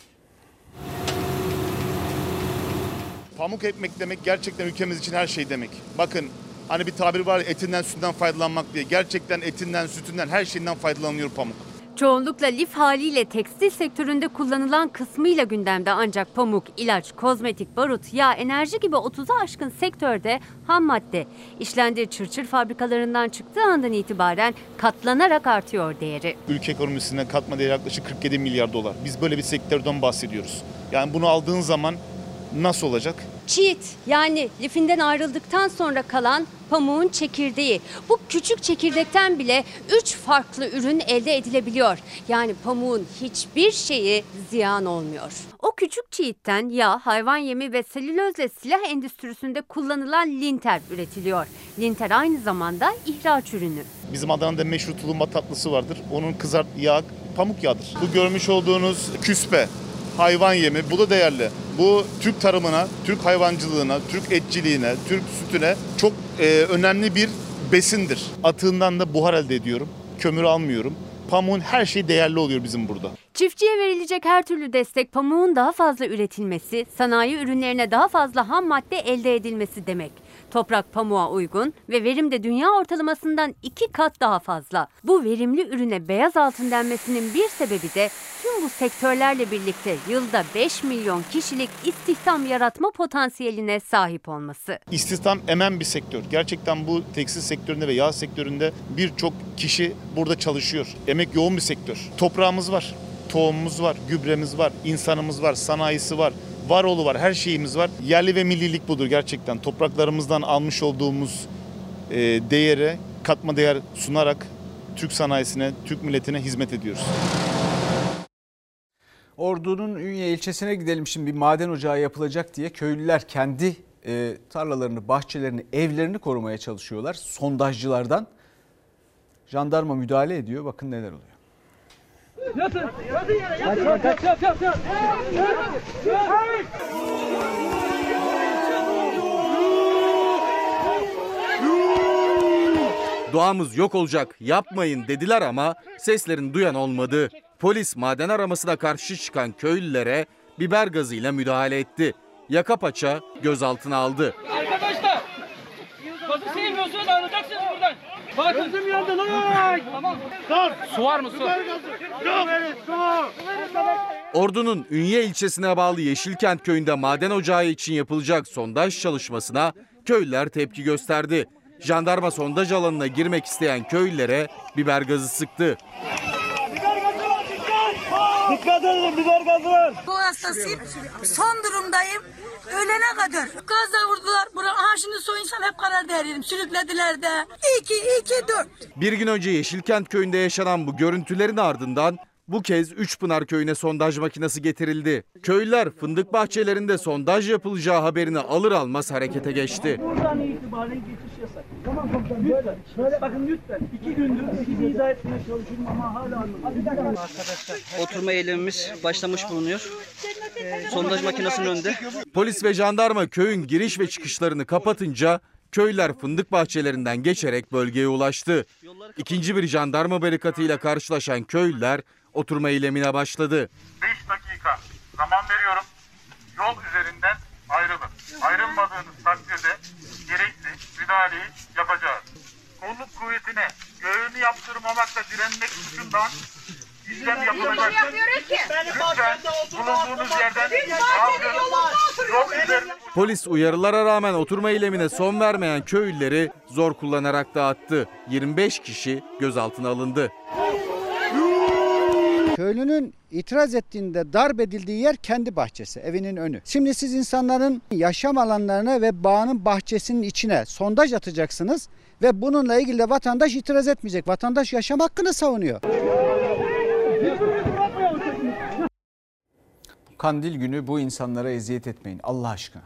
Pamuk ekmek demek gerçekten ülkemiz için her şey demek. Bakın hani bir tabir var ya, etinden sütünden faydalanmak diye. Gerçekten etinden sütünden her şeyinden faydalanıyor pamuk. Çoğunlukla lif haliyle tekstil sektöründe kullanılan kısmıyla gündemde, ancak pamuk, ilaç, kozmetik, barut, yağ, enerji gibi otuza aşkın sektörde ham madde. İşlendiği çırçır fabrikalarından çıktığı andan itibaren katlanarak artıyor değeri. Ülke ekonomisine katma değeri yaklaşık kırk yedi milyar dolar. Biz böyle bir sektörden bahsediyoruz. Yani bunu aldığın zaman nasıl olacak? Çiğit, yani lifinden ayrıldıktan sonra kalan pamuğun çekirdeği. Bu küçük çekirdekten bile üç farklı ürün elde edilebiliyor. Yani pamuğun hiçbir şeyi ziyan olmuyor. O küçük çiğitten yağ, hayvan yemi ve selülozle silah endüstrisinde kullanılan linter üretiliyor. Linter aynı zamanda ihraç ürünü. Bizim Adana'da meşhur tulumba tatlısı vardır. Onun kızart yağı pamuk yağıdır. Bu görmüş olduğunuz küspe, hayvan yemi, bu da değerli. Bu Türk tarımına, Türk hayvancılığına, Türk etçiliğine, Türk sütüne çok e, önemli bir besindir. Atığından da buhar elde ediyorum. Kömür almıyorum. Pamuğun her şeyi değerli oluyor bizim burada. Çiftçiye verilecek her türlü destek pamuğun daha fazla üretilmesi, sanayi ürünlerine daha fazla ham madde elde edilmesi demek. Toprak pamuğa uygun ve verim de dünya ortalamasından iki kat daha fazla. Bu verimli ürüne beyaz altın denmesinin bir sebebi de tüm bu sektörlerle birlikte yılda beş milyon kişilik istihdam yaratma potansiyeline sahip olması. İstihdam emen bir sektör. Gerçekten bu tekstil sektöründe ve yağ sektöründe birçok kişi burada çalışıyor. Emek yoğun bir sektör. Toprağımız var, tohumumuz var, gübremiz var, insanımız var, sanayisi var. Varoğlu var, her şeyimiz var. Yerli ve millilik budur gerçekten. Topraklarımızdan almış olduğumuz e, değere katma değer sunarak Türk sanayisine, Türk milletine hizmet ediyoruz. Ordu'nun Ünye ilçesine gidelim şimdi. Bir maden ocağı yapılacak diye köylüler kendi e, tarlalarını, bahçelerini, evlerini korumaya çalışıyorlar. Sondajcılardan jandarma müdahale ediyor. Bakın neler oluyor. Yatın, yatın yere, yatın. Kaç, kaç, kaç, kaç, kaç. Doğamız yok olacak, yapmayın dediler ama seslerini duyan olmadı. Polis maden aramasına karşı çıkan köylülere biber gazıyla müdahale etti. Yaka paça gözaltına aldı. Arkadaşlar, gazı sevmiyorsunuz, ayrılacaksınız buradan. Bakın. Gözüm yandı lan. Tamam. Su var mı su? Yok. Ordu'nun Ünye ilçesine bağlı Yeşilkent köyünde maden ocağı için yapılacak sondaj çalışmasına köylüler tepki gösterdi. Jandarma sondaj alanına girmek isteyen köylülere biber gazı sıktı. Biber gazı var, dikkat! Dikkat edin, biber gazı var. Bu hastasıyım, son durumdayım. Ölene kadar. Gazla vurdular. Bura, aha şimdi soyunsam hep karar veririm. Sürüklediler de. iki, iki, dört. Bir gün önce Yeşilkent köyünde yaşanan bu görüntülerin ardından bu kez Üçpınar köyüne sondaj makinesi getirildi. Köylüler fındık bahçelerinde sondaj yapılacağı haberini alır almaz harekete geçti. Buradan itibaren geçiş yasak. Tamam komutanım. Lütfen. Böyle bakın lütfen. İki gündür sizi izah etmeye çalışıyorum ama hala anlamadım. Arkadaşlar oturma eylemimiz başlamış bulunuyor. Sondaj makinesinin önünde. Polis ve jandarma köyün giriş ve çıkışlarını kapatınca köylüler fındık bahçelerinden geçerek bölgeye ulaştı. İkinci bir jandarma barikatıyla karşılaşan köylüler oturma eylemine başladı. beş dakika zaman veriyorum. Yol üzerinden ayrılın. Ayrılmadığınız takdirde gerekli müdahaleyi yapacağız. Kolluk kuvvetine görevini yaptırmamakla direnmek suçundan işlem yapılacak. Lütfen bulunduğunuz yerden kalkın. Yol üzerinde Polis uyarılara rağmen oturma eylemine son vermeyen köylüleri zor kullanarak dağıttı. yirmi beş kişi gözaltına alındı. Köylünün itiraz ettiğinde darp edildiği yer kendi bahçesi, evinin önü. Şimdi siz insanların yaşam alanlarına ve bağının bahçesinin içine sondaj atacaksınız ve bununla ilgili de vatandaş itiraz etmeyecek. Vatandaş yaşam hakkını savunuyor. Kandil günü bu insanlara eziyet etmeyin Allah aşkına.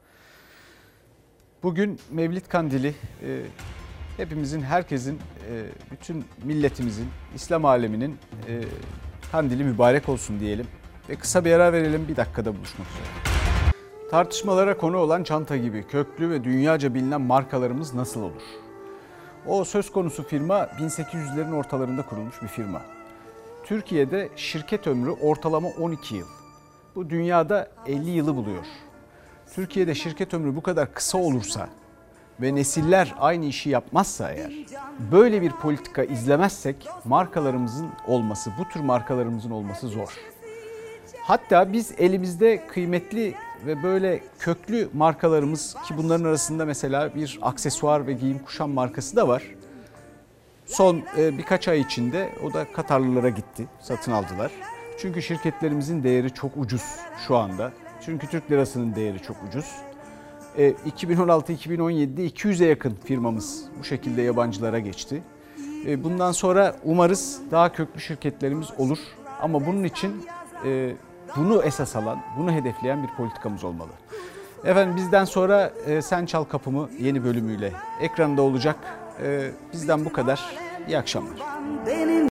Bugün Mevlid Kandili e, hepimizin, herkesin, e, bütün milletimizin, İslam aleminin e, kandili mübarek olsun diyelim. Ve kısa bir ara verelim, bir dakikada buluşmak üzere. Tartışmalara konu olan Çanta gibi köklü ve dünyaca bilinen markalarımız nasıl olur? O söz konusu firma bin sekiz yüzlerin ortalarında kurulmuş bir firma. Türkiye'de şirket ömrü ortalama on iki yıl. Bu dünyada elli yılı buluyor. Türkiye'de şirket ömrü bu kadar kısa olursa ve nesiller aynı işi yapmazsa eğer, böyle bir politika izlemezsek markalarımızın olması, bu tür markalarımızın olması zor. Hatta biz elimizde kıymetli ve böyle köklü markalarımız, ki bunların arasında mesela bir aksesuar ve giyim kuşam markası da var. Son birkaç ay içinde o da Katarlılara gitti, satın aldılar. Çünkü şirketlerimizin değeri çok ucuz şu anda. Çünkü Türk lirasının değeri çok ucuz. iki bin on altı iki bin on yedi'de iki yüze yakın firmamız bu şekilde yabancılara geçti. Bundan sonra umarız daha köklü şirketlerimiz olur. Ama bunun için bunu esas alan, bunu hedefleyen bir politikamız olmalı. Efendim bizden sonra Sen Çal Kapımı yeni bölümüyle ekranda olacak. Bizden bu kadar. İyi akşamlar.